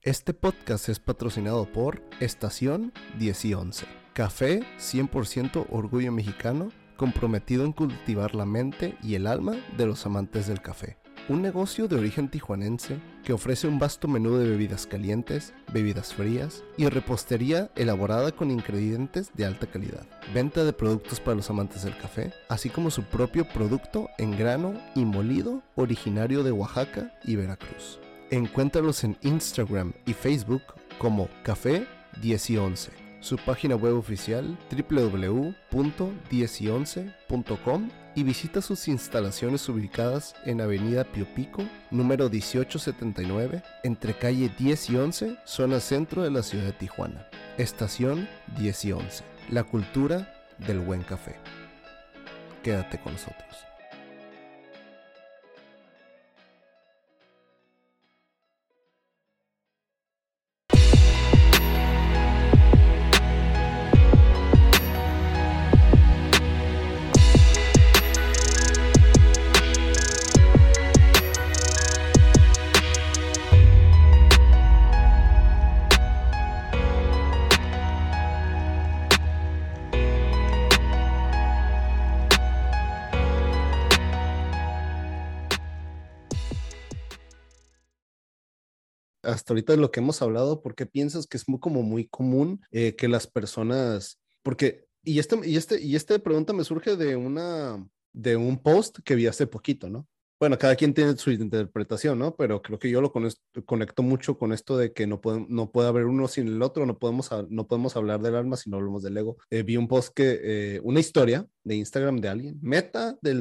Este podcast es patrocinado por Estación 10 y 11, café 100% orgullo mexicano, comprometido en cultivar la mente y el alma de los amantes del café. Un negocio de origen tijuanense que ofrece un vasto menú de bebidas calientes, bebidas frías y repostería elaborada con ingredientes de alta calidad. Venta de productos para los amantes del café, así como su propio producto en grano y molido originario de Oaxaca y Veracruz. Encuéntralos en Instagram y Facebook como Café 10 y 11. Su página web oficial www.10y11.com y visita sus instalaciones ubicadas en Avenida Pío Pico, número 1879, entre calle 10 y 11, zona centro de la ciudad de Tijuana. Estación 10 y 11, la cultura del buen café. Quédate con nosotros. Hasta ahorita de lo que hemos hablado, ¿por qué piensas que es muy común que las personas, esta pregunta me surge de un post que vi hace poquito, ¿no? Bueno, cada quien tiene su interpretación, ¿no? Pero creo que yo lo conecto mucho con esto de que no puede haber uno sin el otro, no podemos hablar del alma si no hablamos del ego. Vi un post una historia de Instagram de alguien, meta del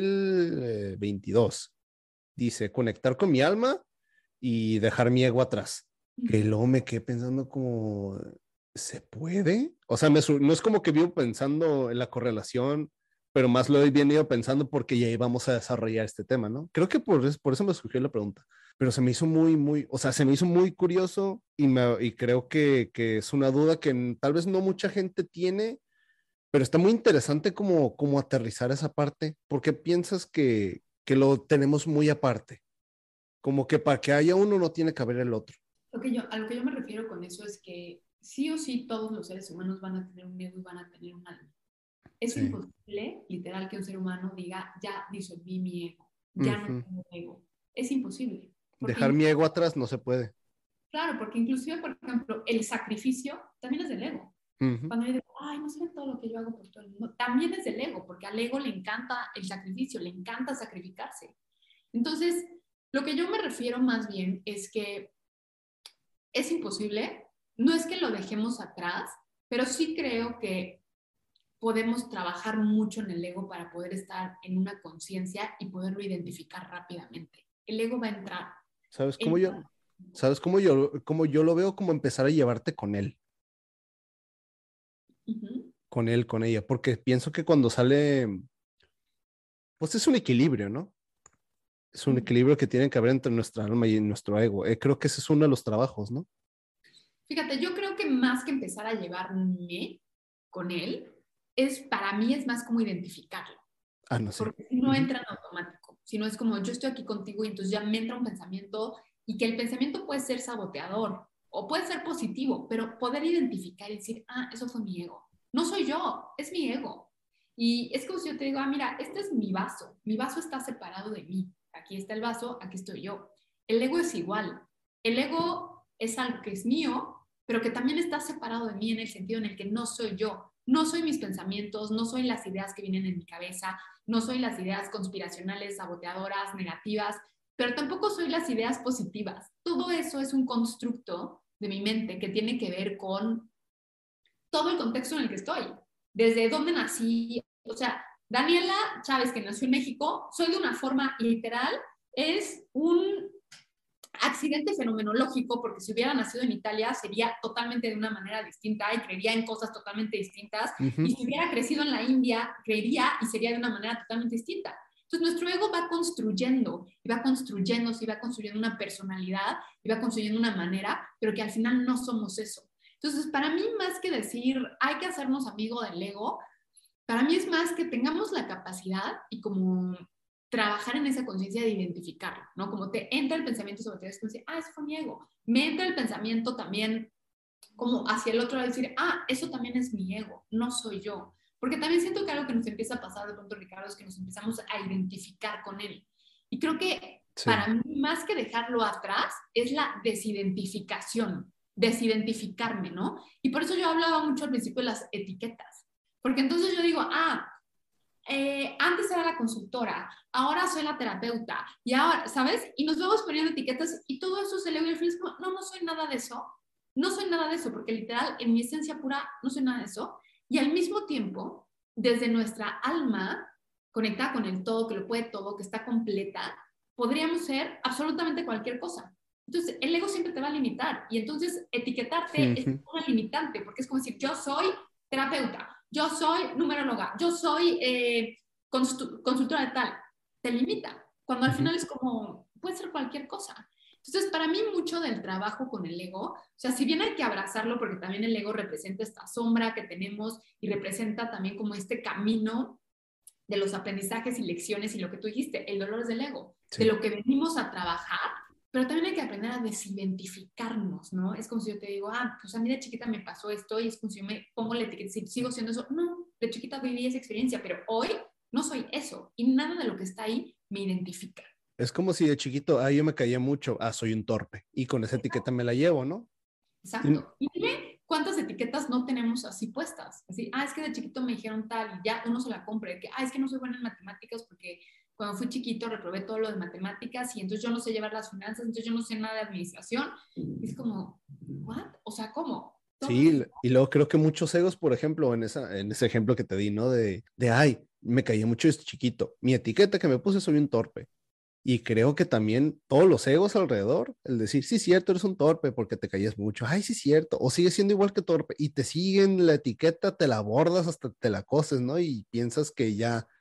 2022, dice, conectar con mi alma y dejar mi ego atrás. Que luego me quedé pensando como, ¿se puede? O sea, no es como que vivo pensando en la correlación, pero más lo he venido pensando porque ya íbamos a desarrollar este tema, ¿no? Creo que por eso me surgió la pregunta, pero se me hizo se me hizo muy curioso y creo que es una duda que tal vez no mucha gente tiene, pero está muy interesante como aterrizar esa parte, porque piensas que lo tenemos muy aparte. Como que para que haya uno no tiene que haber el otro. A lo que yo me refiero con eso es que sí o sí todos los seres humanos van a tener un ego y van a tener un alma. Es imposible, literal, que un ser humano diga, ya disolví mi ego, ya no tengo ego. Es imposible. Dejar mi ego atrás no se puede. Claro, porque inclusive, por ejemplo, el sacrificio también es del ego. Cuando yo digo, ay, no saben todo lo que yo hago por todo el mundo, también es del ego, porque al ego le encanta el sacrificio, le encanta sacrificarse. Entonces, lo que yo me refiero más bien es que es imposible, no es que lo dejemos atrás, pero sí creo que podemos trabajar mucho en el ego para poder estar en una conciencia y poderlo identificar rápidamente. El ego va a entrar. ¿Sabes cómo yo lo veo? Como empezar a llevarte con él. Con él, con ella, porque pienso que cuando sale, pues es un equilibrio, ¿no? Es un equilibrio que tiene que haber entre nuestra alma y nuestro ego. Creo que ese es uno de los trabajos, ¿no? Fíjate, yo creo que más que empezar a llevarme con él, para mí es más como identificarlo. No sé. Porque si no entra en automático, si no es como yo estoy aquí contigo y entonces ya me entra un pensamiento y que el pensamiento puede ser saboteador o puede ser positivo, pero poder identificar y decir, eso fue mi ego. No soy yo, es mi ego. Y es como si yo te digo, mira, este es mi vaso está separado de mí. Aquí está el vaso, aquí estoy yo. El ego es igual. El ego es algo que es mío, pero que también está separado de mí en el sentido en el que no soy yo. No soy mis pensamientos, no soy las ideas que vienen en mi cabeza, no soy las ideas conspiracionales, saboteadoras, negativas, pero tampoco soy las ideas positivas. Todo eso es un constructo de mi mente que tiene que ver con todo el contexto en el que estoy. Desde dónde nací, o sea, Daniela Chávez, que nació en México, soy de una forma literal, es un accidente fenomenológico, porque si hubiera nacido en Italia sería totalmente de una manera distinta y creería en cosas totalmente distintas, y si hubiera crecido en la India, creería y sería de una manera totalmente distinta. Entonces nuestro ego va construyendo, y va construyéndose, y va construyendo una personalidad, y va construyendo una manera, pero que al final no somos eso. Entonces, para mí, más que decir, hay que hacernos amigo del ego, para mí es más que tengamos la capacidad y como trabajar en esa conciencia de identificarlo, ¿no? Como te entra el pensamiento sobre ti, es como decir, ese fue mi ego. Me entra el pensamiento también como hacia el otro lado, decir, eso también es mi ego, no soy yo. Porque también siento que algo que nos empieza a pasar de pronto, Ricardo, es que nos empezamos a identificar con él. Y creo que para mí, más que dejarlo atrás, es la desidentificación, desidentificarme, ¿no? Y por eso yo hablaba mucho al principio de las etiquetas. Porque entonces yo digo, antes era la consultora, ahora soy la terapeuta, y ahora, ¿sabes? Y nos vamos poniendo etiquetas y todo eso se le ve al fin, no soy nada de eso, no soy nada de eso, porque literal, en mi esencia pura, no soy nada de eso. Y al mismo tiempo, desde nuestra alma, conectada con el todo, que lo puede todo, que está completa, podríamos ser absolutamente cualquier cosa. Entonces, el ego siempre te va a limitar. Y entonces, etiquetarte es una limitante, porque es como decir, yo soy terapeuta, yo soy numeróloga, yo soy consultora de tal. Te limita. Cuando al final es como, puede ser cualquier cosa. Entonces, para mí mucho del trabajo con el ego, o sea, si bien hay que abrazarlo porque también el ego representa esta sombra que tenemos y representa también como este camino de los aprendizajes y lecciones y lo que tú dijiste, el dolor es del ego, de lo que venimos a trabajar, pero también hay que aprender a desidentificarnos, ¿no? Es como si yo te digo, pues a mí de chiquita me pasó esto y es como si yo me pongo la etiqueta, si sigo siendo eso. No, de chiquita viví esa experiencia, pero hoy no soy eso y nada de lo que está ahí me identifica. Es como si de chiquito, yo me caía mucho, soy un torpe, y con esa etiqueta me la llevo, ¿no? Exacto. Y dime cuántas etiquetas no tenemos así puestas. Así, es que de chiquito me dijeron tal y ya uno se la compra. Que, es que no soy buena en matemáticas porque cuando fui chiquito reprobé todo lo de matemáticas y entonces yo no sé llevar las finanzas, entonces yo no sé nada de administración. Y es como, ¿what? O sea, ¿cómo? Sí, y luego creo que muchos egos, por ejemplo, en ese ejemplo que te di, ¿no? Me caía mucho este chiquito. Mi etiqueta que me puse, soy un torpe. Y creo que también todos los egos alrededor, el decir, sí, cierto, eres un torpe porque te callas mucho, sí, cierto, o sigues siendo igual que torpe, y te siguen la etiqueta, te la bordas hasta te la coses, ¿no? Y piensas que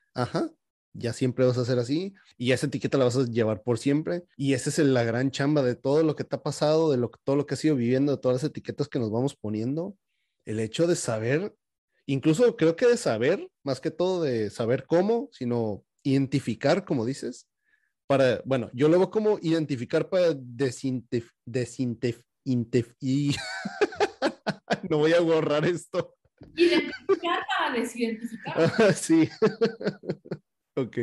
ya siempre vas a ser así, y esa etiqueta la vas a llevar por siempre, y esa es la gran chamba de todo lo que te ha pasado, todo lo que has ido viviendo, de todas las etiquetas que nos vamos poniendo, el hecho de saber, incluso creo que de saber, más que todo de saber cómo, sino identificar, como dices, bueno, yo lo veo como identificar para y no voy a borrar esto. Identificar para desidentificar. Sí. Ok.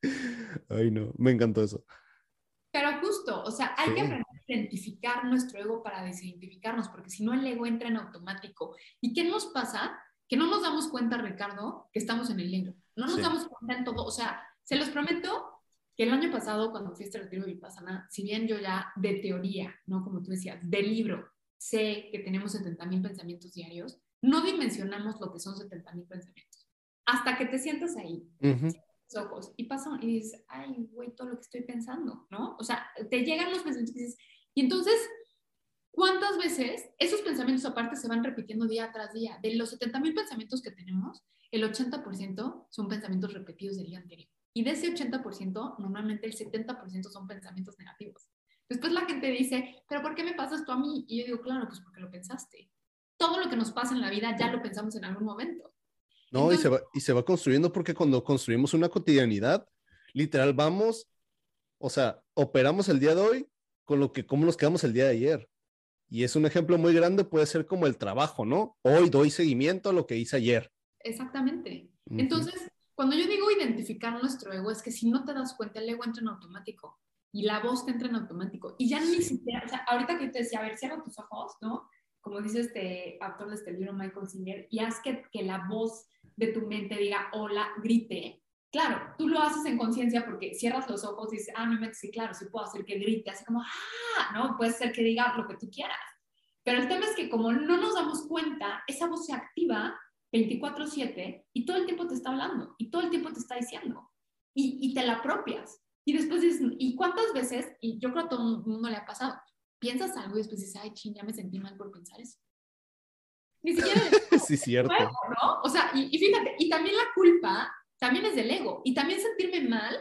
Ay, no, me encantó eso. Pero justo, o sea, hay que Sí. aprender a identificar nuestro ego para desidentificarnos, porque si no el ego entra en automático. ¿Y qué nos pasa? Que no nos damos cuenta, Ricardo, que estamos en el ego. No nos damos cuenta en todo. O sea, se los prometo que el año pasado, cuando fui a este retiro de Vipassana, si bien yo ya de teoría, ¿no? Como tú decías, de libro, sé que tenemos 70,000 pensamientos diarios, no dimensionamos lo que son 70,000 pensamientos. Hasta que te sientas ahí. Ojos y pasan y dices, güey, todo lo que estoy pensando, ¿no? O sea, te llegan los pensamientos y dices, y entonces, ¿cuántas veces esos pensamientos aparte se van repitiendo día tras día? De los 70,000 pensamientos que tenemos, el 80% son pensamientos repetidos del día anterior. Y de ese 80%, normalmente el 70% son pensamientos negativos. Después la gente dice, ¿pero por qué me pasa esto a mí? Y yo digo, claro, pues porque lo pensaste. Todo lo que nos pasa en la vida ya lo pensamos en algún momento. No, entonces, y se va construyendo porque cuando construimos una cotidianidad, literal vamos, o sea, operamos el día de hoy con cómo nos quedamos el día de ayer. Y es un ejemplo muy grande, puede ser como el trabajo, ¿no? Hoy doy seguimiento a lo que hice ayer. Exactamente. Entonces, cuando yo digo identificar nuestro ego, es que si no te das cuenta, el ego entra en automático y la voz te entra en automático. Y ya ni siquiera, o sea, ahorita que te decía, a ver, cierra tus ojos, ¿no? Como dice este autor de este libro, Michael Singer, y haz que la voz de tu mente diga hola, grite. Claro, tú lo haces en conciencia porque cierras los ojos y dices, mi mente, sí, claro, sí puedo hacer que grite, así como, ¿no? Puede ser que diga lo que tú quieras. Pero el tema es que como no nos damos cuenta, esa voz se activa 24/7 y todo el tiempo te está hablando y todo el tiempo te está diciendo y te la apropias. Y después dices, ¿y cuántas veces? Y yo creo que a todo el mundo le ha pasado. Piensas algo y después dices, ya me sentí mal por pensar eso. Ni siquiera sí, cierto. Ego, ¿no? O sea, y fíjate, y también la culpa también es del ego. Y también sentirme mal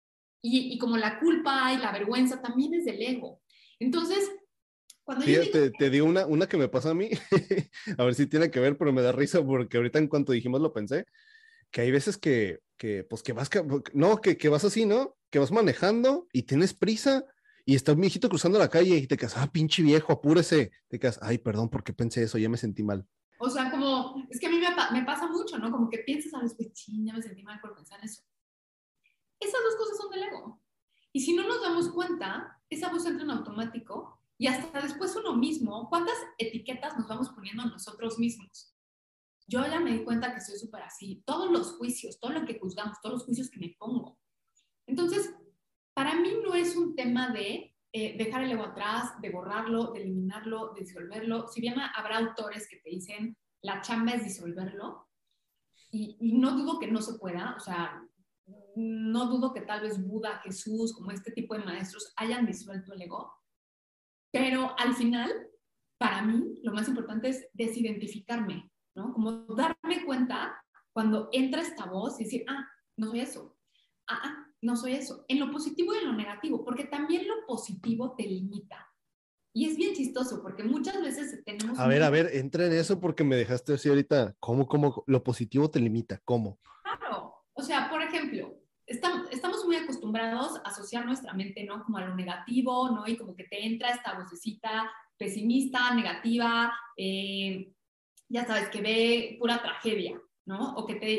y como la culpa y la vergüenza también es del ego. Entonces, cuando yo digo... Te digo una que me pasó a mí, a ver si tiene que ver, pero me da risa porque ahorita en cuanto dijimos lo pensé. que hay veces pues que vas, no, que vas así, ¿no? Que vas manejando y tienes prisa y está un viejito cruzando la calle y te quedas, pinche viejo, apúrese. Te quedas, ay, perdón, ¿por qué pensé eso? Ya me sentí mal. O sea, como, es que a mí me pasa mucho, ¿no? Como que piensas a veces, ching, ya me sentí mal por pensar eso. Esas dos cosas son del ego. Y si no nos damos cuenta, esa voz entra en automático y hasta después uno mismo, ¿cuántas etiquetas nos vamos poniendo nosotros mismos? Yo ya me di cuenta que soy súper así. Todos los juicios, todo lo que juzgamos, todos los juicios que me pongo. Entonces, para mí no es un tema de dejar el ego atrás, de borrarlo, de eliminarlo, de disolverlo. Si bien habrá autores que te dicen, la chamba es disolverlo, y no dudo que no se pueda, o sea, no dudo que tal vez Buda, Jesús, como este tipo de maestros hayan disuelto el ego, pero al final, para mí, lo más importante es desidentificarme, ¿no? Como darme cuenta cuando entra esta voz y decir, no soy eso, no soy eso, en lo positivo y en lo negativo, porque también lo positivo te limita. Y es bien chistoso, porque muchas veces tenemos... A ver, entra en eso porque me dejaste así ahorita, ¿cómo lo positivo te limita? ¿Cómo? Claro, o sea, por ejemplo, estamos muy acostumbrados a asociar nuestra mente, ¿no? Como a lo negativo, ¿no? Y como que te entra esta vocecita pesimista, negativa, ya sabes, que ve pura tragedia, ¿no?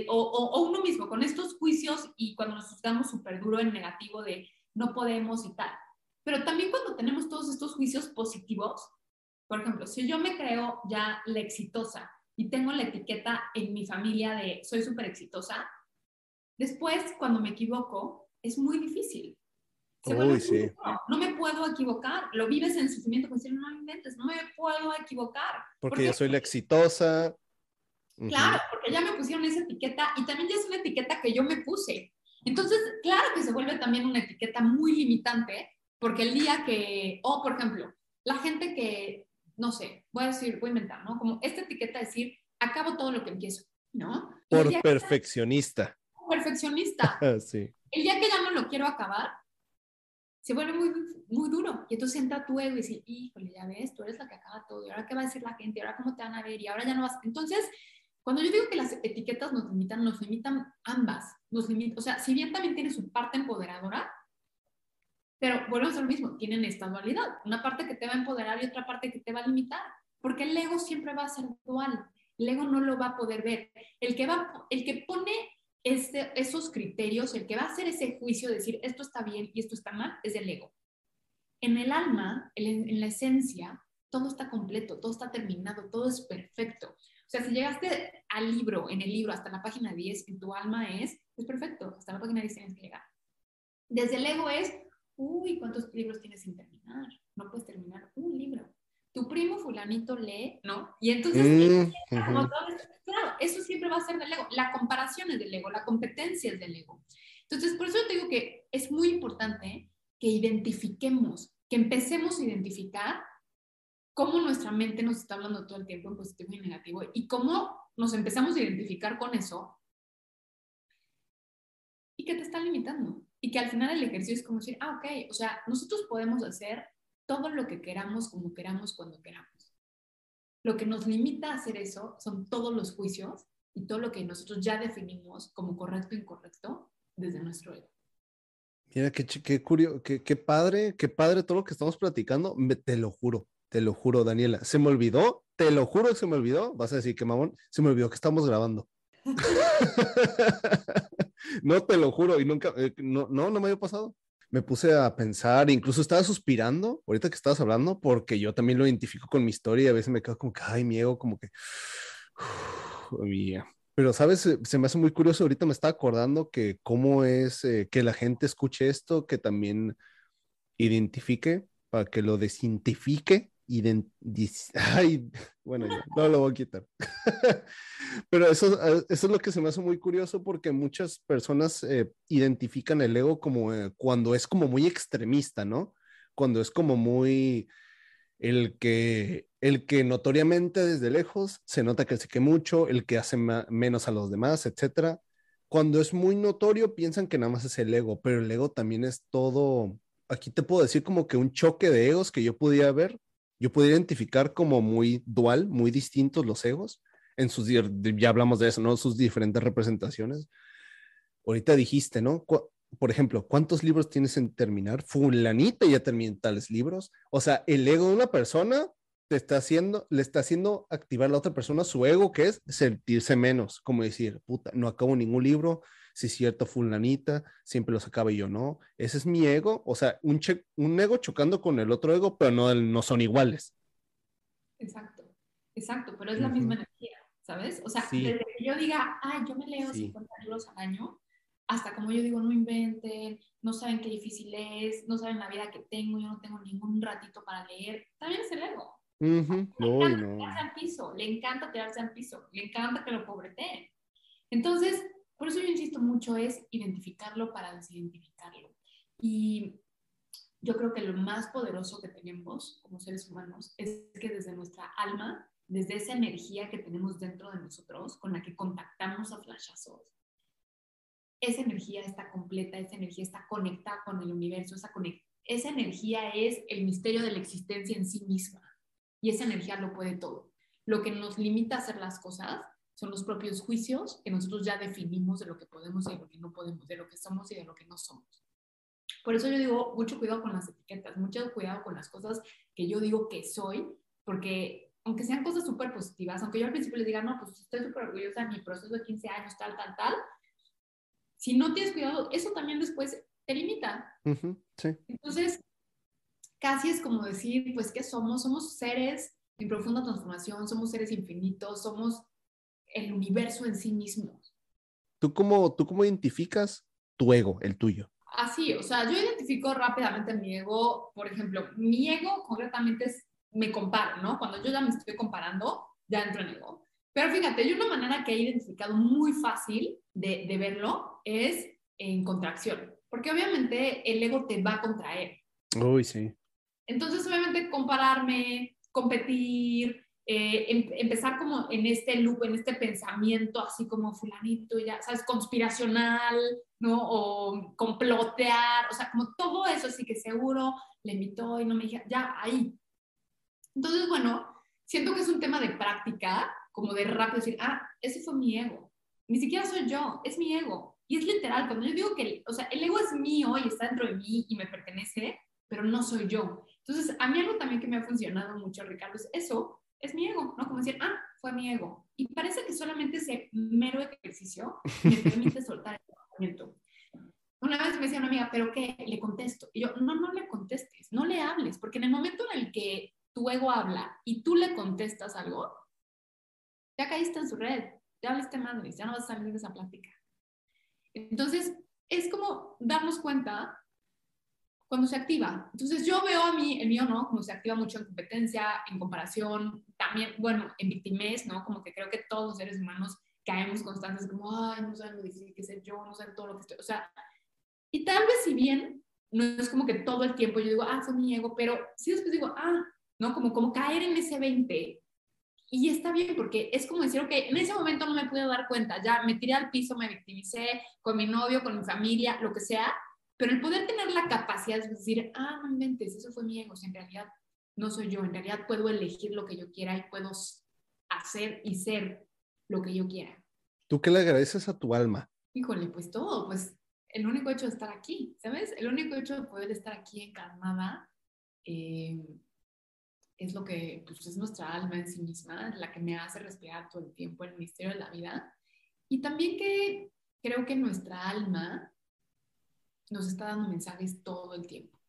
O uno mismo, con estos juicios y cuando nos juzgamos súper duro en negativo de no podemos y tal. Pero también cuando tenemos todos estos juicios positivos, por ejemplo, si yo me creo ya la exitosa y tengo la etiqueta en mi familia de soy súper exitosa, después cuando me equivoco es muy difícil. Se vuelve Uy, muy sí. duro. No me puedo equivocar. Lo vives en sufrimiento, como decir, no inventes, no me puedo equivocar. Porque ya Porque soy la exitosa. claro, porque ya me pusieron esa etiqueta y también ya es una etiqueta que yo me puse. Entonces, claro que se vuelve también una etiqueta muy limitante, porque el día que, o por ejemplo, la gente que, no sé, voy a inventar, ¿no? Como esta etiqueta de decir, acabo todo lo que empiezo, ¿no? Y el Por día que perfeccionista. perfeccionista, Sí. el día que ya no lo quiero acabar, se vuelve muy, muy duro. Y entonces entra tu ego y dice, híjole, ya ves, tú eres la que acaba todo, y ahora qué va a decir la gente, y ahora cómo te van a ver, y ahora ya no vas. Entonces, cuando yo digo que las etiquetas nos limitan ambas. O sea, si bien también tiene su parte empoderadora, pero volvemos a lo mismo, tienen esta dualidad. Una parte que te va a empoderar y otra parte que te va a limitar. Porque el ego siempre va a ser dual. El ego no lo va a poder ver. El que pone esos criterios, el que va a hacer ese juicio de decir esto está bien y esto está mal, es el ego. En el alma, en la esencia, todo está completo, todo está terminado, todo es perfecto. O sea, si llegaste al libro, en el libro, hasta la página 10, en tu alma es perfecto, hasta la página 10 tienes que llegar. Desde el ego es, uy, ¿cuántos libros tienes sin terminar? No puedes terminar un libro. Tu primo fulanito lee, ¿no? Y entonces, como todo esto, claro, eso siempre va a ser del ego. La comparación es del ego, la competencia es del ego. Entonces, por eso te digo que es muy importante que identifiquemos, que empecemos a identificar cómo nuestra mente nos está hablando todo el tiempo en positivo y negativo y cómo nos empezamos a identificar con eso y que te está limitando. Y que al final el ejercicio es como decir, ok, o sea, nosotros podemos hacer todo lo que queramos, como queramos, cuando queramos. Lo que nos limita a hacer eso son todos los juicios y todo lo que nosotros ya definimos como correcto e incorrecto desde nuestro ego. Mira, qué curioso, qué padre todo lo que estamos platicando. Te lo juro, Daniela. Se me olvidó, te lo juro que se me olvidó. Vas a decir que mamón, se me olvidó que estamos grabando. No, te lo juro, y nunca, no me había pasado. Me puse a pensar, incluso estaba suspirando ahorita que estabas hablando, porque yo también lo identifico con mi historia y a veces me quedo como que, ay, mi ego, como que, mía. Pero, ¿sabes? Se me hace muy curioso, ahorita me estaba acordando que cómo es que la gente escuche esto, que también identifique, para que lo desidentifique, ay, bueno, ya, no lo voy a quitar. Pero eso es lo que se me hace muy curioso porque muchas personas identifican el ego como cuando es como muy extremista, ¿no? Cuando es como muy el que notoriamente desde lejos se nota que se que mucho, el que hace menos a los demás, etcétera. Cuando es muy notorio piensan que nada más es el ego, pero el ego también es todo. Aquí te puedo decir como que un choque de egos que yo pudiera ver, yo pudiera identificar como muy dual, muy distintos los egos. ya hablamos de eso, ¿no? Sus diferentes representaciones. Ahorita dijiste, ¿no? Por ejemplo, ¿cuántos libros tienes en terminar? Fulanita ya terminó tales libros. O sea, el ego de una persona le está haciendo activar a la otra persona su ego, que es sentirse menos, como decir, puta, no acabo ningún libro, si es cierto, fulanita, siempre los acaba y yo no. Ese es mi ego, o sea, un ego chocando con el otro ego, pero no son iguales. Exacto, exacto, pero es la misma Ujú. energía, ¿sabes? O sea, Sí, desde que yo diga, ay, yo me leo sí. 50 libros al año, hasta como yo digo, no inventen, no saben qué difícil es, no saben la vida que tengo, yo no tengo ningún ratito para leer, también es el ego. Ujú. Le Uy, encanta no. tirarse al piso, le encanta tirarse al piso, le encanta que lo pobreteen. Entonces, por eso yo insisto mucho es identificarlo para desidentificarlo. Y yo creo que lo más poderoso que tenemos como seres humanos es que desde nuestra alma, desde esa energía que tenemos dentro de nosotros, con la que contactamos a flashazos, esa energía está completa, esa energía está conectada con el universo, esa energía es el misterio de la existencia en sí misma y esa energía lo puede todo. Lo que nos limita a hacer las cosas son los propios juicios que nosotros ya definimos de lo que podemos y de lo que no podemos, de lo que somos y de lo que no somos. Por eso yo digo, mucho cuidado con las etiquetas, mucho cuidado con las cosas que yo digo que soy, porque aunque sean cosas súper positivas, aunque yo al principio les diga, no, pues estoy súper orgullosa de mi proceso de 15 años, tal, tal, tal, si no tienes cuidado, eso también después te limita. Ujú. Sí. Entonces, casi es como decir, pues, ¿qué somos? Somos seres en profunda transformación, somos seres infinitos, somos el universo en sí mismo. ¿Tú cómo identificas tu ego, el tuyo? Así, o sea, yo identifico rápidamente mi ego, por ejemplo, mi ego concretamente es, me comparo, ¿no? Cuando yo ya me estoy comparando, ya entro en ego. Pero fíjate, yo una manera que he identificado muy fácil de verlo es en contracción, porque obviamente el ego te va a contraer. Uy, sí. Entonces, obviamente, compararme, competir, empezar como en este loop, en este pensamiento así como fulanito, ya sabes, conspiracional, ¿no? O complotear, o sea, como todo eso, así que seguro le invitó y no me dije, ya, ahí. Entonces, bueno, siento que es un tema de práctica, como de rápido decir, ah, ese fue mi ego. Ni siquiera soy yo, es mi ego. Y es literal, cuando yo digo que, o sea, el ego es mío y está dentro de mí y me pertenece, pero no soy yo. Entonces, a mí algo también que me ha funcionado mucho, Ricardo, es eso, es mi ego, ¿no? Como decir, ah, fue mi ego. Y parece que solamente ese mero ejercicio me permite soltar el pensamiento. Una vez me decía una amiga, ¿pero qué? Le contesto. Y yo, no, no le contestes, no le hables, porque en el momento en el que tu ego habla y tú le contestas algo, ya caíste en su red, ya hablaste madres, ya no vas a salir de esa plática. Entonces, es como darnos cuenta cuando se activa. Entonces, yo veo a mí, el mío, ¿no? Como se activa mucho en competencia, en comparación, también, bueno, en victimez, ¿no? Como que creo que todos los seres humanos caemos constantes, como, ay, no saben lo difícil que es yo, no saben todo lo que estoy, o sea, y tal vez si bien no es como que todo el tiempo yo digo, ah, fue mi ego, pero sí después digo, ah, ¿no? Como caer en ese 20. Y está bien, porque es como decir, ok, en ese momento no me pude dar cuenta, ya me tiré al piso, me victimicé con mi novio, con mi familia, lo que sea, pero el poder tener la capacidad de decir, ah, no inventes, eso fue mi ego, si en realidad no soy yo, en realidad puedo elegir lo que yo quiera y puedo hacer y ser lo que yo quiera. ¿Tú qué le agradeces a tu alma? Híjole, pues todo, pues el único hecho de estar aquí, ¿sabes? El único hecho de poder estar aquí encarnada eh, es lo que pues, es nuestra alma en sí misma, la que me hace respirar todo el tiempo el misterio de la vida. Y también que creo que nuestra alma nos está dando mensajes todo el tiempo.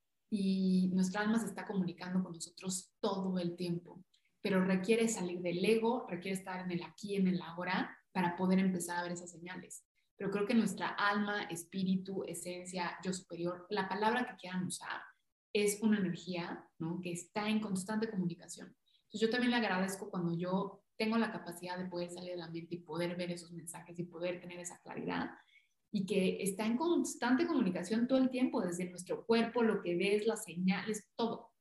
Y nuestra alma se está comunicando con nosotros todo el tiempo. Pero requiere salir del ego, requiere estar en el aquí, en el ahora, para poder empezar a ver esas señales. Pero creo que nuestra alma, espíritu, esencia, yo superior, la palabra que quieran usar, es una energía, ¿no? Que está en constante comunicación. Entonces yo también le agradezco cuando yo tengo la capacidad de poder salir de la mente y poder ver esos mensajes y poder tener esa claridad y que está en constante comunicación todo el tiempo, desde nuestro cuerpo, lo que ves, las señales, todo.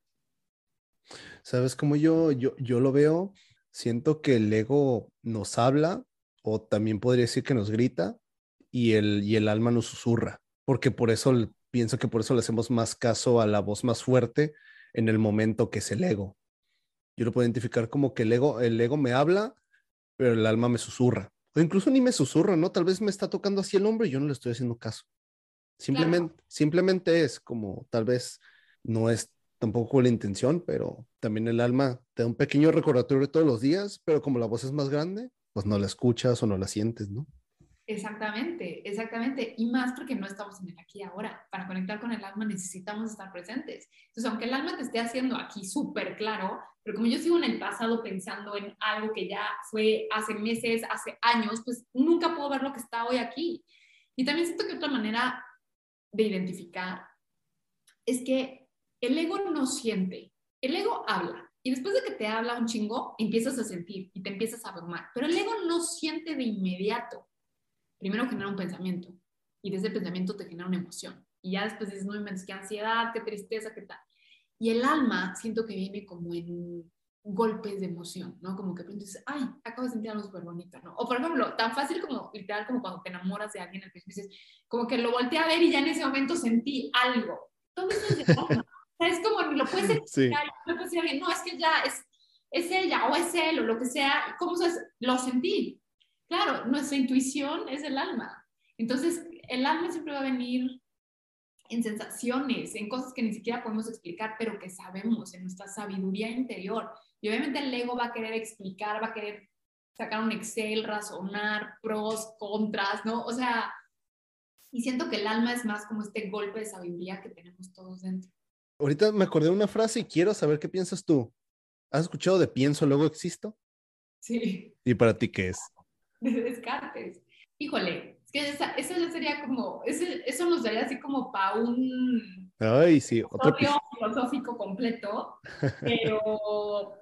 ¿Sabes cómo yo lo veo? Siento que el ego nos habla, o también podría decir que nos grita, y el alma nos susurra, porque por eso pienso que por eso le hacemos más caso a la voz más fuerte en el momento que es el ego. Yo lo puedo identificar como que el ego me habla, pero el alma me susurra. O incluso ni me susurra, ¿no? Tal vez me está tocando así el hombro y yo no le estoy haciendo caso. Claro. Simplemente es como, tal vez no es tampoco la intención, pero también el alma te da un pequeño recordatorio todos los días, pero como la voz es más grande, pues no la escuchas o no la sientes, ¿no? Exactamente, exactamente. Y más porque no estamos en el aquí y ahora. Para conectar con el alma necesitamos estar presentes. Entonces, aunque el alma te esté haciendo aquí súper claro, pero como yo sigo en el pasado pensando en algo que ya fue hace meses, hace años, pues nunca puedo ver lo que está hoy aquí. Y también siento que otra manera de identificar es que el ego no siente, el ego habla. Y después de que te habla un chingo, empiezas a sentir y te empiezas a abrumar. Pero el ego no siente de inmediato. Primero genera un pensamiento y desde el pensamiento te genera una emoción. Y ya después dices, no me qué ansiedad, qué tristeza, qué tal. Y el alma siento que viene como en golpes de emoción, ¿no? Como que pronto dices, ay, acabo de sentir algo súper bonito, ¿no? O por ejemplo, tan fácil como, literal, como cuando te enamoras de alguien, al principio dices, como que lo volteé a ver y ya en ese momento sentí algo. Todo eso es de alma. O sea, es como, lo puedes Sí. explicar, no puedes decir a alguien, no, es que ya es ella o es él o lo que sea. ¿Cómo sabes? Lo sentí. Claro, nuestra intuición es el alma. Entonces, el alma siempre va a venir en sensaciones, en cosas que ni siquiera podemos explicar, pero que sabemos, en nuestra sabiduría interior. Y obviamente el ego va a querer explicar, va a querer sacar un Excel, razonar, pros, contras, ¿no? O sea, y siento que el alma es más como este golpe de sabiduría que tenemos todos dentro. Ahorita me acordé de una frase y quiero saber qué piensas tú. ¿Has escuchado de pienso, luego existo? Sí, ¿Y para ti qué es? de Descartes. Híjole, es que esa ya sería como, eso nos daría así como para un Ay, sí, otro estudio episodio. filosófico completo, pero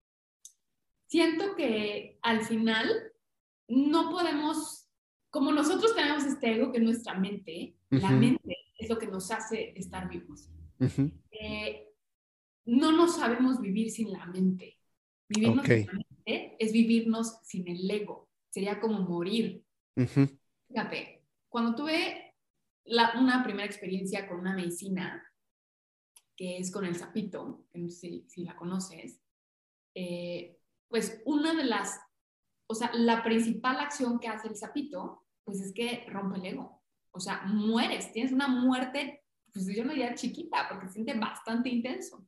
siento que al final no podemos, como nosotros tenemos este ego que es nuestra mente, la Ujú, mente es lo que nos hace estar vivos. ujú. Eh, no nos sabemos vivir sin la mente. Vivirnos Ok. sin la mente es vivirnos sin el ego. Sería como morir. Ujú, Fíjate, cuando tuve una primera experiencia con una medicina, que es con el sapito, que no sé si la conoces, eh, pues una de las, o sea, la principal acción que hace el sapito, pues es que rompe el ego. O sea, mueres, tienes una muerte, pues yo no diría chiquita, porque se siente bastante intenso.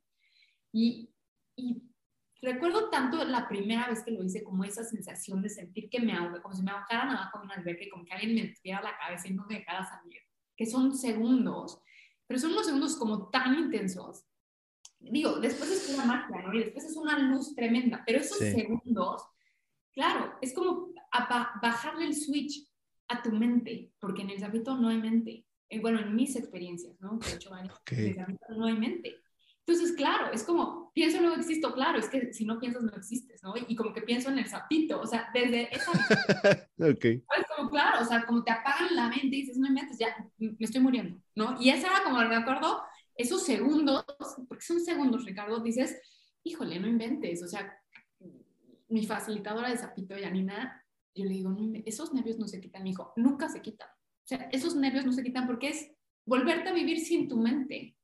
Y recuerdo tanto la primera vez que lo hice, como esa sensación de sentir que me ahogué, como si me ahogaran abajo de una alberca y como que alguien me metiera la cabeza y no me dejara salir, que son segundos, pero son unos segundos como tan intensos. Digo, después es pura magia, ¿no? Y después es una luz tremenda, pero esos sí. segundos, claro, es como bajarle el switch a tu mente, porque en el sapito no hay mente. Bueno, en mis experiencias, ¿no? Que he hecho varias, Ok. en el sapito no hay mente. Entonces, claro, es como, pienso luego existo, claro, es que si no piensas no existes, ¿no? Y como que pienso en el sapito, o sea, desde esa visión, Ok. es como, claro, o sea, como te apagan la mente y dices, no inventes, ya me estoy muriendo, ¿no? Y esa era como, me acuerdo, esos segundos, porque son segundos, Ricardo, dices, híjole, no inventes, o sea, mi facilitadora de sapito, Janina, yo le digo, no, esos nervios no se quitan, mi hijo, nunca se quitan. O sea, esos nervios no se quitan porque es volverte a vivir sin tu mente.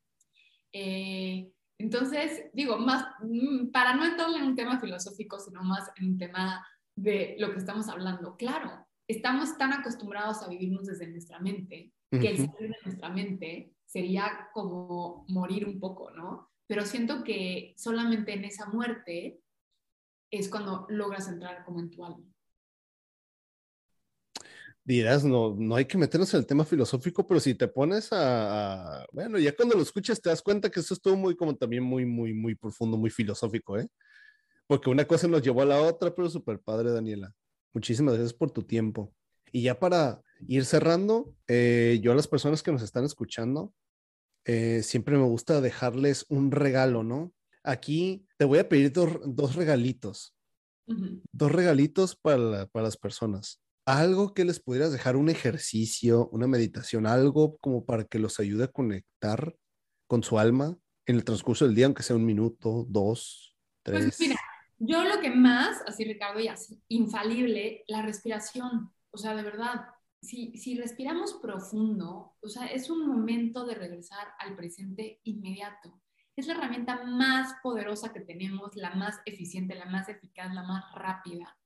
Entonces, digo, más, para no entrar en un tema filosófico, sino más en un tema de lo que estamos hablando. Claro, estamos tan acostumbrados a vivirnos desde nuestra mente que el Ujú. salir de nuestra mente sería como morir un poco, ¿no? Pero siento que solamente en esa muerte es cuando logras entrar como en tu alma. Dirás, no, no hay que meternos en el tema filosófico, pero si te pones bueno, ya cuando lo escuchas te das cuenta que eso estuvo muy, como también muy, muy, muy profundo, muy filosófico, ¿eh? Porque una cosa nos llevó a la otra, pero súper padre, Daniela. Muchísimas gracias por tu tiempo. Y ya para ir cerrando, yo a las personas que nos están escuchando, siempre me gusta dejarles un regalo, ¿no? Aquí te voy a pedir dos regalitos, Uh -huh. dos regalitos para las personas. Algo que les pudieras dejar, un ejercicio, una meditación, algo como para que los ayude a conectar con su alma en el transcurso del día, aunque sea un minuto, dos, Pues mira, tres. yo lo que más, así Ricardo, y así, infalible, la respiración. O sea, de verdad, si respiramos profundo, o sea, es un momento de regresar al presente inmediato. Es la herramienta más poderosa que tenemos, la más eficiente, la más eficaz, la más rápida.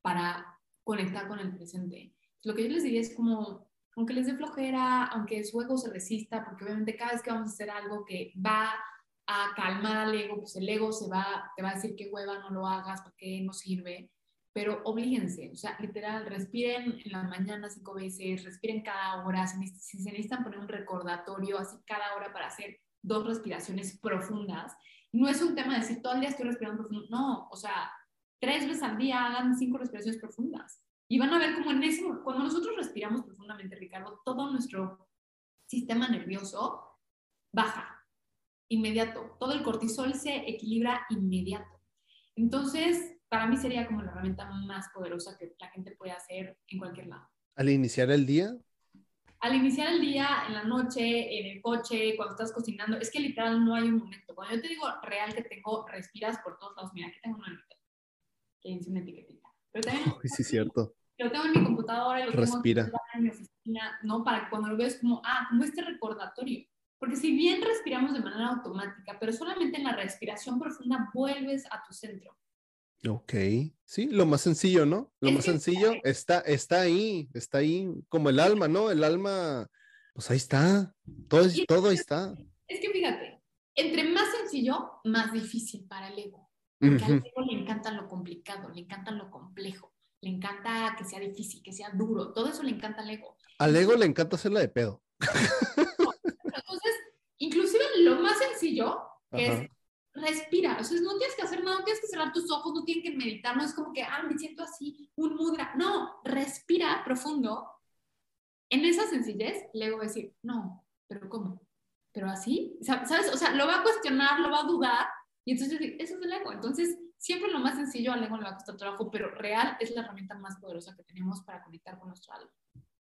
para conectar con el presente. Lo que yo les diría es como, aunque les dé flojera, aunque su ego se resista, porque obviamente cada vez que vamos a hacer algo que va a calmar al ego, pues el ego te va a decir que hueva, no lo hagas, porque no sirve, pero oblíguense, o sea, literal, respiren en la mañana 5 veces, respiren cada hora, si se necesitan poner un recordatorio así cada hora para hacer 2 respiraciones profundas. No es un tema de decir todo el día estoy respirando profundo, no, o sea, 3 veces al día hagan 5 respiraciones profundas. Y van a ver cómo cuando nosotros respiramos profundamente, Ricardo, todo nuestro sistema nervioso baja inmediato. Todo el cortisol se equilibra inmediato. Entonces, para mí sería como la herramienta más poderosa que la gente puede hacer en cualquier lado. Al iniciar el día. Al iniciar el día, en la noche, en el coche, cuando estás cocinando, es que literal no hay un momento. Cuando yo te digo real que tengo, respiras por todos lados. Mira, aquí tengo una nota que dice una etiquetita. Pero también Sí, es cierto. lo tengo en mi computadora y lo tengo Respira. en mi oficina, ¿no? Para que cuando lo veas como, como este recordatorio. Porque si bien respiramos de manera automática, pero solamente en la respiración profunda vuelves a tu centro. Ok, sí, lo más sencillo, ¿no? Lo más sencillo está ahí, como el alma, ¿no? El alma, pues ahí está, todo ahí está. Es que fíjate, entre más sencillo, más difícil para el ego. Porque al ego le encanta lo complicado, le encanta lo complejo, le encanta que sea difícil, que sea duro, todo eso le encanta al ego. Al ego le encanta hacerla de pedo. Entonces, inclusive lo más sencillo, que Ajá. es respira, o sea, no tienes que hacer nada, no tienes que cerrar tus ojos, no tienes que meditar, no es como que, me siento así, un mudra, no, respira profundo. En esa sencillez, el ego va a decir, no, pero ¿cómo? ¿Pero así? ¿Sabes? O sea, lo va a cuestionar, lo va a dudar, y entonces eso es el ego. Entonces, siempre lo más sencillo al ego le va a costar trabajo, pero real es la herramienta más poderosa que tenemos para conectar con nuestro alma.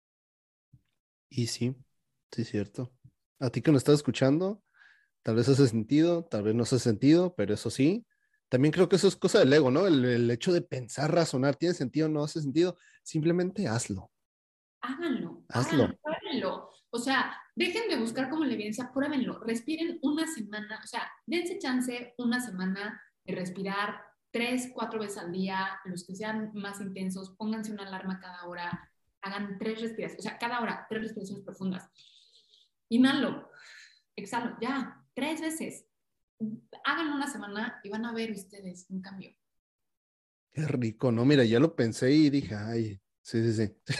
Y sí, sí, es cierto. A ti que nos estás escuchando, tal vez hace sentido, tal vez no hace sentido, pero eso sí, también creo que eso es cosa del ego, ¿no? El hecho de pensar, razonar, ¿tiene sentido o no hace sentido? Simplemente hazlo. Háganlo, háganlo, Hazlo. pruébenlo. O sea, dejen de buscar como la evidencia, pruébenlo. Respiren una semana, o sea, dense chance una semana de respirar 3, 4 veces al día, los que sean más intensos, pónganse una alarma cada hora, hagan 3 respiraciones, o sea, cada hora, 3 respiraciones profundas. Inhalo, exhalo, ya, 3 veces. Háganlo una semana y van a ver ustedes un cambio. Qué rico, ¿no? Mira, ya lo pensé y dije, ay, sí, sí, sí.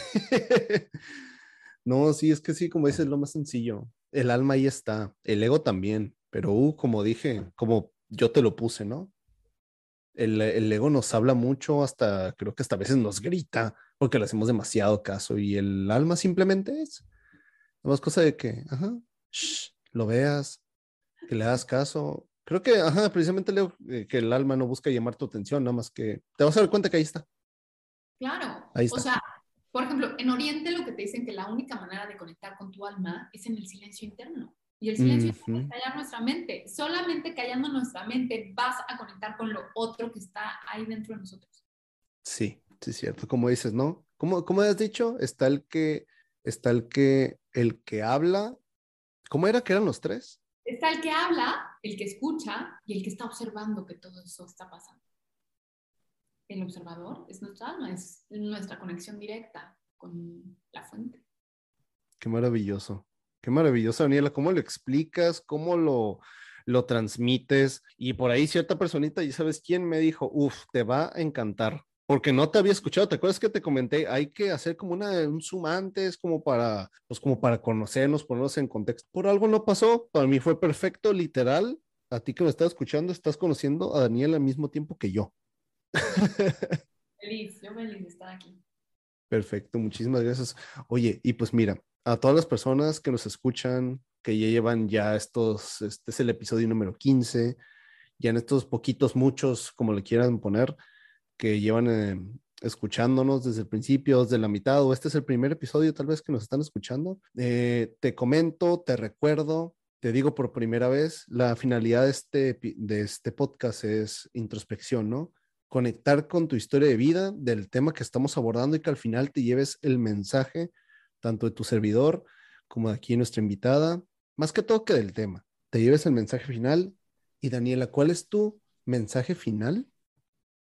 No, sí, es que sí, como dices, lo más sencillo. El alma ahí está, el ego también, pero como dije, como yo te lo puse, ¿no? El ego nos habla mucho, hasta creo que hasta a veces nos grita porque le hacemos demasiado caso y el alma simplemente es, más cosa de que, ajá, lo veas, que le hagas caso. Creo que, ajá, precisamente leo que el alma no busca llamar tu atención, nada más que te vas a dar cuenta que ahí está, Claro, ahí o está. sea, por ejemplo, en Oriente lo que te dicen que la única manera de conectar con tu alma es en el silencio interno. Y el silencio interno es Ujú. callar nuestra mente. Solamente callando nuestra mente vas a conectar con lo otro que está ahí dentro de nosotros. Sí, sí, es cierto. Como dices, ¿no? ¿Cómo has dicho? El que habla. ¿Cómo era que eran los tres? Está el que habla, el que escucha y el que está observando que todo eso está pasando. El observador es nuestra alma, es nuestra conexión directa con la fuente. Qué maravilloso. Qué maravilloso, Daniela. ¿Cómo lo explicas? ¿Cómo lo transmites? Y por ahí cierta personita, ¿y sabes quién me dijo? Uf, te va a encantar. Porque no te había escuchado. ¿Te acuerdas que te comenté? Hay que hacer como un zoom antes, como para conocernos, ponernos en contexto. Por algo no pasó. Para mí fue perfecto, literal. A ti que me estás escuchando, estás conociendo a Daniela al mismo tiempo que yo. Feliz, yo feliz de estar aquí. Perfecto, muchísimas gracias. Oye, y pues mira, a todas las personas que nos escuchan, que ya llevan ya este es el episodio número 15, ya en estos poquitos, muchos, como le quieran poner, que llevan escuchándonos desde el principio, desde la mitad, o este es el primer episodio tal vez que nos están escuchando, te comento, te recuerdo, te digo por primera vez, la finalidad de este podcast es introspección, ¿no? Conectar con tu historia de vida, del tema que estamos abordando y que al final te lleves el mensaje tanto de tu servidor como de aquí nuestra invitada, más que todo que del tema. Te lleves el mensaje final. Y Daniela, ¿cuál es tu mensaje final?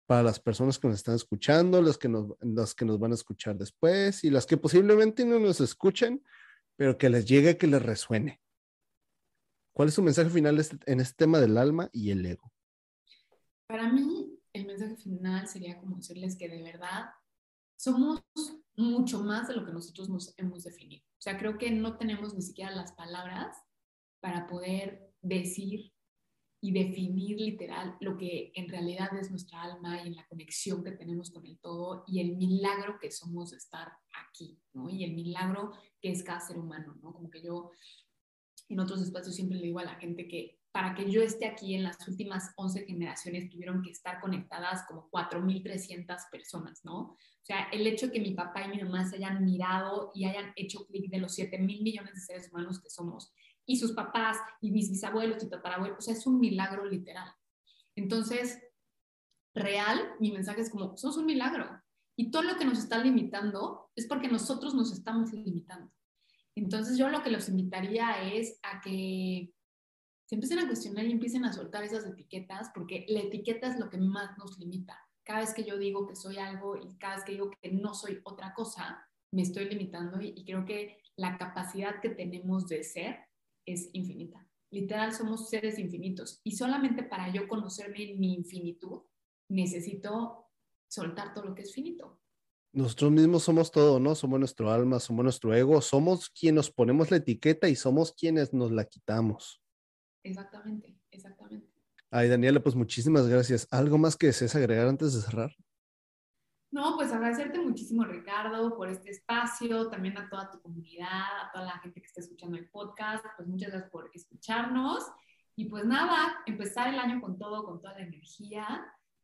para las personas que nos están escuchando, las que nos van a escuchar después y las que posiblemente no nos escuchen, pero que les llegue, que les resuene. ¿Cuál es su mensaje final en este tema del alma y el ego? Para mí, el mensaje final sería como decirles que de verdad somos mucho más de lo que nosotros nos hemos definido. O sea, creo que no tenemos ni siquiera las palabras para poder decir y definir literal lo que en realidad es nuestra alma y en la conexión que tenemos con el todo y el milagro que somos de estar aquí, ¿no? Y el milagro que es cada ser humano, ¿no? Como que yo en otros espacios siempre le digo a la gente que para que yo esté aquí en las últimas 11 generaciones tuvieron que estar conectadas como 4,300 personas, ¿no? O sea, el hecho de que mi papá y mi mamá se hayan mirado y hayan hecho clic de los 7,000 millones de seres humanos que somos, y sus papás y mis bisabuelos y tatarabuelos, o sea, es un milagro literal. Entonces, real, mi mensaje es como, somos un milagro. Y todo lo que nos está limitando es porque nosotros nos estamos limitando. Entonces, yo lo que los invitaría es a que se empiecen a cuestionar y empiecen a soltar esas etiquetas, porque la etiqueta es lo que más nos limita. Cada vez que yo digo que soy algo y cada vez que digo que no soy otra cosa, me estoy limitando y creo que la capacidad que tenemos de ser es infinita. Literal, somos seres infinitos y solamente para yo conocerme en mi infinitud necesito soltar todo lo que es finito. Nosotros mismos somos todo, ¿no? Somos nuestro alma, somos nuestro ego, somos quienes nos ponemos la etiqueta y somos quienes nos la quitamos. Exactamente, exactamente. Ay, Daniela, pues muchísimas gracias. ¿Algo más que desees agregar antes de cerrar? No, pues agradecerte muchísimo, Ricardo, por este espacio, también a toda tu comunidad, a toda la gente que está escuchando el podcast, pues muchas gracias por escucharnos y pues nada, empezar el año con todo, con toda la energía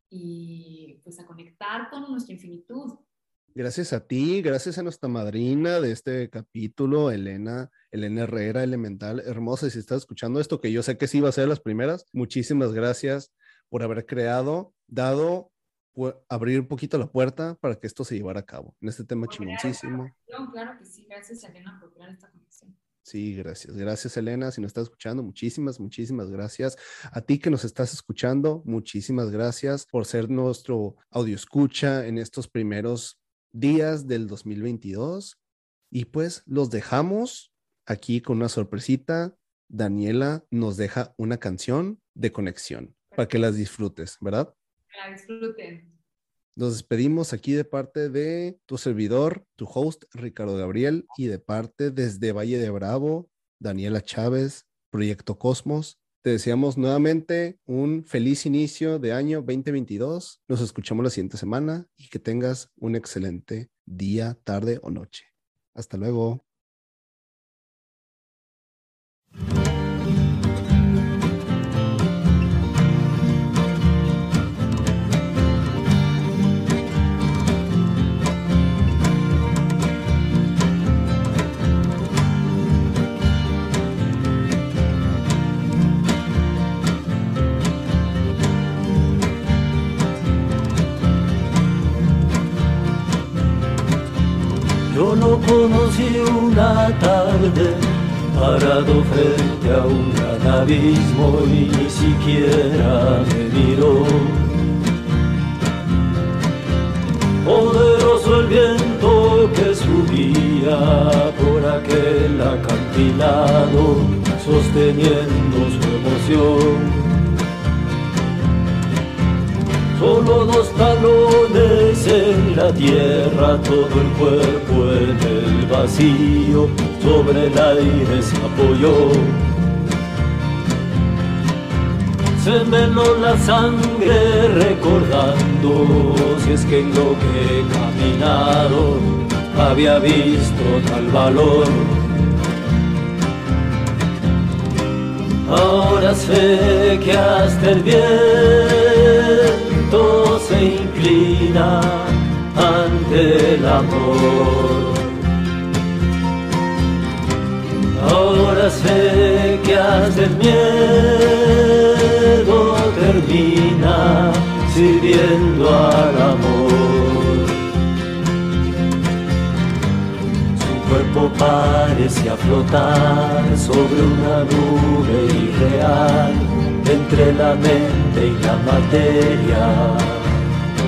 y pues a conectar con nuestra infinitud. Gracias a ti, gracias a nuestra madrina de este capítulo, Elena Herrera, Elemental, hermosa. Si estás escuchando esto, que yo sé que sí va a ser las primeras, muchísimas gracias por haber abrir un poquito la puerta para que esto se llevara a cabo en este tema chingoncísimo. Claro que sí, gracias Elena por crear esta conexión. Sí, gracias. Gracias, Elena. Si nos estás escuchando, muchísimas gracias. A ti que nos estás escuchando, muchísimas gracias por ser nuestro audio escucha en estos primeros días del 2022. Y pues los dejamos aquí con una sorpresita. Daniela nos deja una canción de conexión para que las disfrutes, ¿verdad? Que la disfruten. Nos despedimos aquí de parte de tu servidor, tu host, Ricardo Gabriel, y de parte desde Valle de Bravo, Daniela Chávez, Proyecto Cosmos. Te deseamos nuevamente un feliz inicio de año 2022. Nos escuchamos la siguiente semana y que tengas un excelente día, tarde o noche. Hasta luego. Yo lo conocí una tarde, parado frente a un gran abismo y ni siquiera me miró. Poderoso el viento que subía por aquel acantilado, sosteniendo su emoción. Solo 2 talones en la tierra, todo el cuerpo en el vacío, sobre el aire se apoyó. Se me heló la sangre recordando si es que en lo que he caminado había visto tal valor. Ahora sé que hasta el viento se inclina ante el amor. Ahora sé que hasta el miedo termina sirviendo al amor. Su cuerpo parecía flotar sobre una nube irreal, entre la mente y la materia.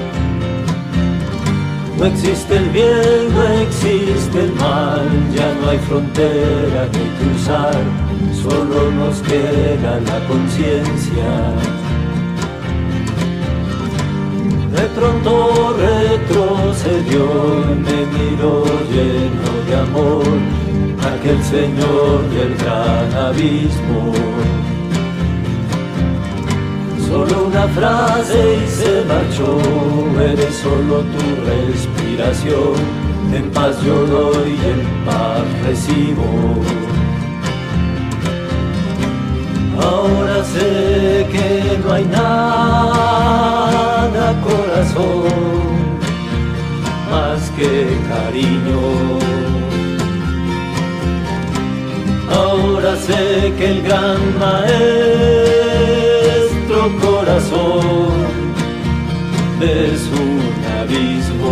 No existe el bien, no existe el mal, ya no hay frontera que cruzar, solo nos queda la conciencia. De pronto retrocedió y me miró lleno de amor, aquel señor del gran abismo. Solo una frase y se marchó, eres solo tu respiración, en paz yo doy y en paz recibo. Ahora sé que no hay nada, corazón, más que cariño. Ahora sé que el gran maestro corazón es un abismo.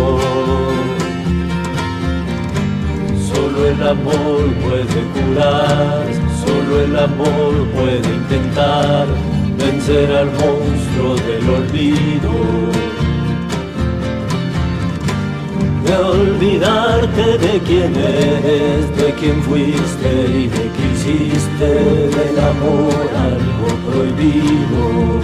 Solo el amor puede curar, solo el amor puede intentar vencer al monstruo del olvido. De olvidarte de quién eres, de quién fuiste y de qué hiciste del amor algo prohibido.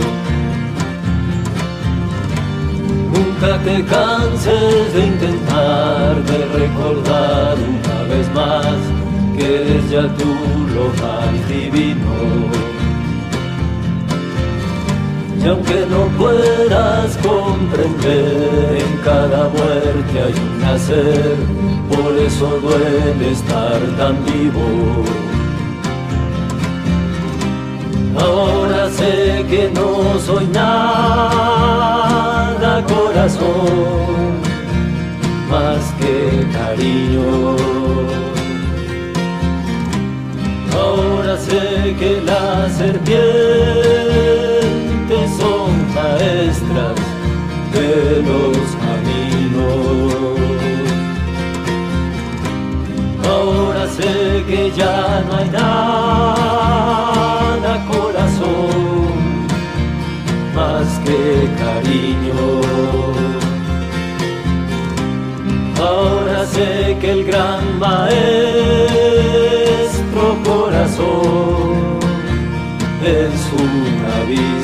Nunca te canses de intentar, de recordar una vez más que eres ya tú lo más divino. Y aunque no puedas comprender, en cada muerte hay un nacer, por eso duele estar tan vivo. Ahora sé que no soy nada, corazón, más que cariño. Ahora sé que las serpientes son maestras de los caminos. Ahora sé que ya no hay nada, corazón, más que cariño. Ahora sé que el gran maestro corazón es un abismo.